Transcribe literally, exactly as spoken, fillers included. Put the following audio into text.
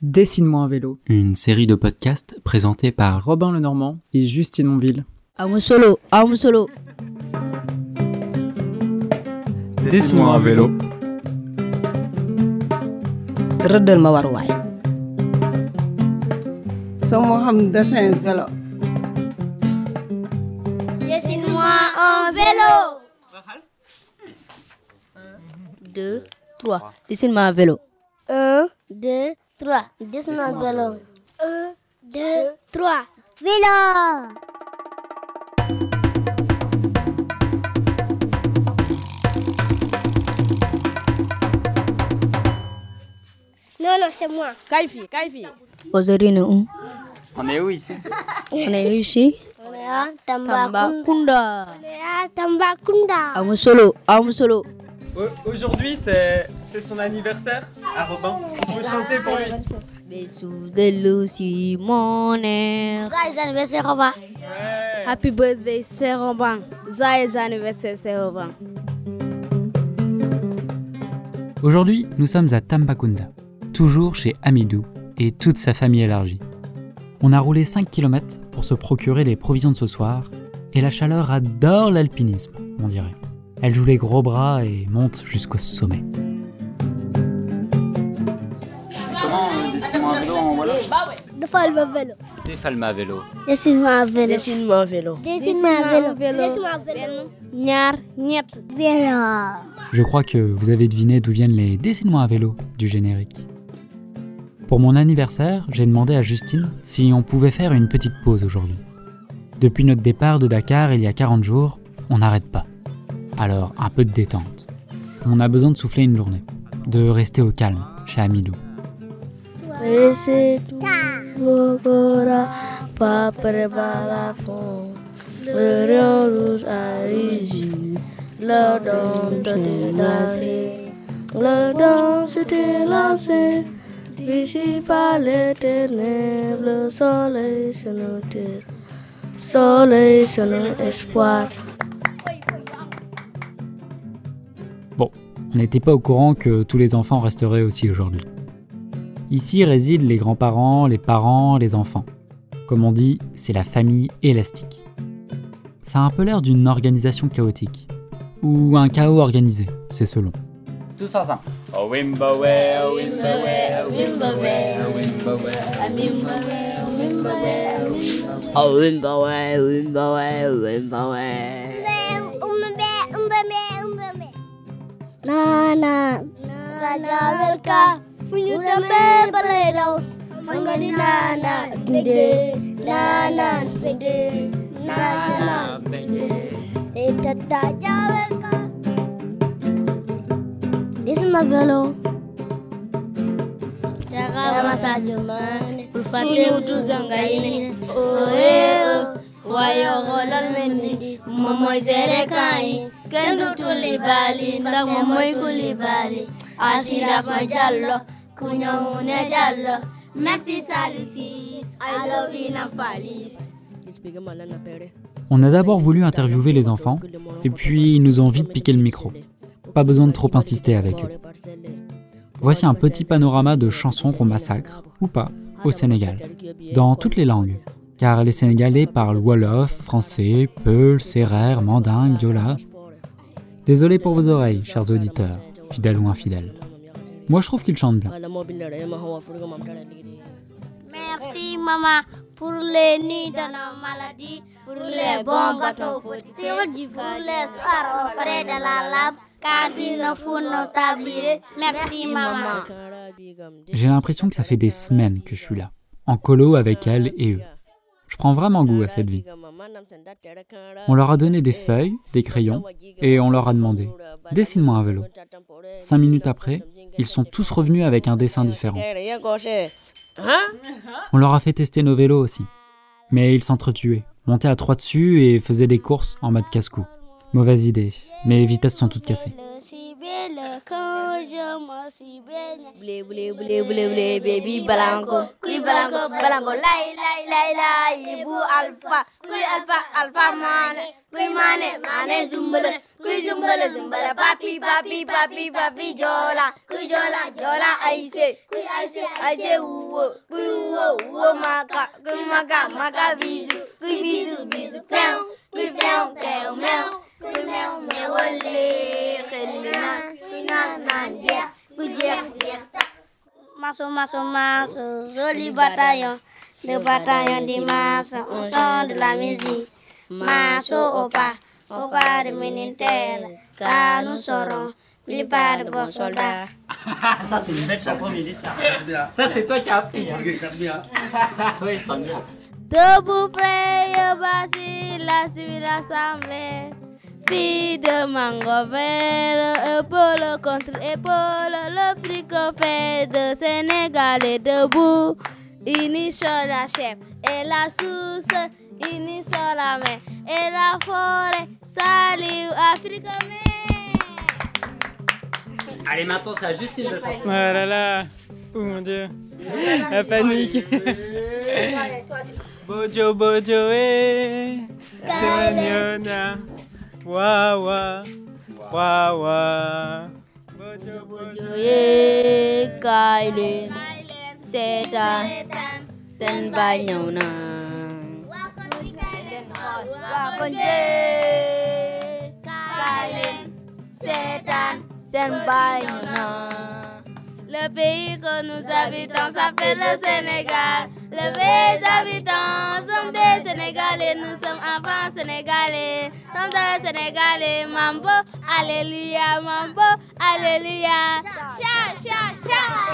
Dessine-moi un vélo. Une série de podcasts présentés par Robin Lenormand et Justine Monville. Amu solo, amu solo. Dessine-moi un vélo. Rëddal ma waruwaay. Sama xam dessin vélo. Dessine-moi un vélo. un, deux, trois. Dessine-moi un vélo. un, deux, trois. Dessine-moi un vélo. un, deux, trois. Vélo. Non, non, c'est moi. Kaifi, Kaifi. Aujourd'hui, nous, On est où ici? on est ici. On est à Tambacounda. Tambacounda. On est à Tambacounda. Amu solo, amu solo. Aujourd'hui, c'est, c'est son anniversaire à Robin. On peut chanter pour lui. Bisous de Lucie, mon air. Joyeux anniversaire, Robin. Ouais. Happy birthday, c'est Robin. Joyeux anniversaire, c'est Robin. Aujourd'hui, nous sommes à Tambacounda, toujours chez Amidou et toute sa famille élargie. On a roulé cinq kilomètres pour se procurer les provisions de ce soir, et la chaleur adore l'alpinisme, on dirait. Elle joue les gros bras et monte jusqu'au sommet. C'est comment euh, dessine-moi un vélo en wolof? Dessine-moi un vélo. Défale-moi un vélo. Dessine-moi un vélo. Dessine-moi un vélo. Dessine-moi un vélo. Dessine-moi un vélo. Ñaar, ñett. Vélo. Je crois que vous avez deviné d'où viennent les « Dessine-moi un vélo » du générique. Pour mon anniversaire, j'ai demandé à Justine si on pouvait faire une petite pause aujourd'hui. Depuis notre départ de Dakar il y a quarante jours, on n'arrête pas. Alors, un peu de détente. On a besoin de souffler une journée, de rester au calme chez Amidou. Laissez tout vos bras, pas préparer la fond. Le lion rouge a réussi, le don de lancé. Le don s'était lancé, ici par les ténèbres, le soleil sur nos terres, soleil sur nos espoirs. Bon, on n'était pas au courant que tous les enfants resteraient aussi aujourd'hui. Ici résident les grands-parents, les parents, les enfants. Comme on dit, c'est la famille élastique. Ça a un peu l'air d'une organisation chaotique. Ou un chaos organisé, c'est selon. Tous ensemble. Oh Wimbawe, oh Wimbawe, oh Wimbawe, oh Wimbawe. Oh, Wimbawe, Wimbawe, Wimbawe. Nana, Tajawelka, Funyudame Balero, Mangani Nana, Dide, Nana, Dide, Nana, Eta Tajawelka. This is my vélo. Sama Sajumane, Ulfate Uduzangaine, Oe, Wayo Holal Mendi, Momoy Zerekai. Kendo tulibali, ndak momoy kulibali. Ashiras majallo, kunyamune jallo. Merci Salusi, I love you Nampalis. On a d'abord voulu interviewer les enfants, et puis ils nous ont vite piqué le micro. Pas besoin de trop insister avec eux. Voici un petit panorama de chansons qu'on massacre, ou pas, au Sénégal, dans toutes les langues. Car les Sénégalais parlent wolof, français, peul, sérère, mandingue, diola. Désolé pour vos oreilles, chers auditeurs, fidèles ou infidèles. Moi, je trouve qu'ils chantent bien. Merci maman pour les nuits de nos maladies, pour les bons bateaux fautifs, pour les soirs auprès de la lave, quand il nous faut nos tabliers. Merci maman. J'ai l'impression que ça fait des semaines que je suis là, en colo avec elle et eux. Je prends vraiment goût à cette vie. On leur a donné des feuilles, des crayons, et on leur a demandé « Dessine-moi un vélo ». Cinq minutes après, ils sont tous revenus avec un dessin différent. On leur a fait tester nos vélos aussi. Mais ils s'entretuaient, montaient à trois dessus et faisaient des courses en mode casse-cou. Mauvaise idée, mes vitesses sont toutes cassées. belle quand je me suis baignée. Blé, blé, blé, blé, blé, baby balango. Kui balango, balango, lai, lai, lai, lai. Ibu alpha, kui alpha, alpha mane. Kui mane, mane zumbala. Kui zumbala, zumbala, papi, papi, papi, papi, jola. Kui jola, jola, aise. Kui aise, aise, uwo. Kui uwo, uwo, maka. Kui maka, maka, bisu. Kui bisu, bisu, pew. Kui pew, pew, mew. Kui mew, mew, ole. Kelina, kui nan, nan, dia. Kui dia, dia. Maso, maso, maso, joli bataillon. De bataillon de maso, on sent de la musique. Maso, opa, opa de militaire. Car nous serons plus pas de bons soldats. Ça, c'est une belle chanson militaire. Ça, c'est toi qui as appris. Hein. Oui, je chante bien. Debout près, voici la civile assemblée. Fille de mango vert, épaule contre épaule, le fric fait de Sénégalais debout. Unis sur la chef et la source, unis sur la mer et la forêt. Salut Afrique. Allez, maintenant, c'est à Justine de chanter. Oh là là. Oh mon dieu. La panique. Bojo, bojo, eh. Señora. Wawa. Wawa. Bojo, bojo, Ye Kailen Setan Sen Bay ñëw na Wakon ye Kailen Setan Sen Bay ñëw na. Le pays que nous habitons s'appelle le Sénégal. Le pays des habitants sommes des Sénégalais. Nous sommes enfants sénégalais. Nous sommes des Sénégalais. Mambo, alléluia, mambo, alléluia. Cha, cha, cha.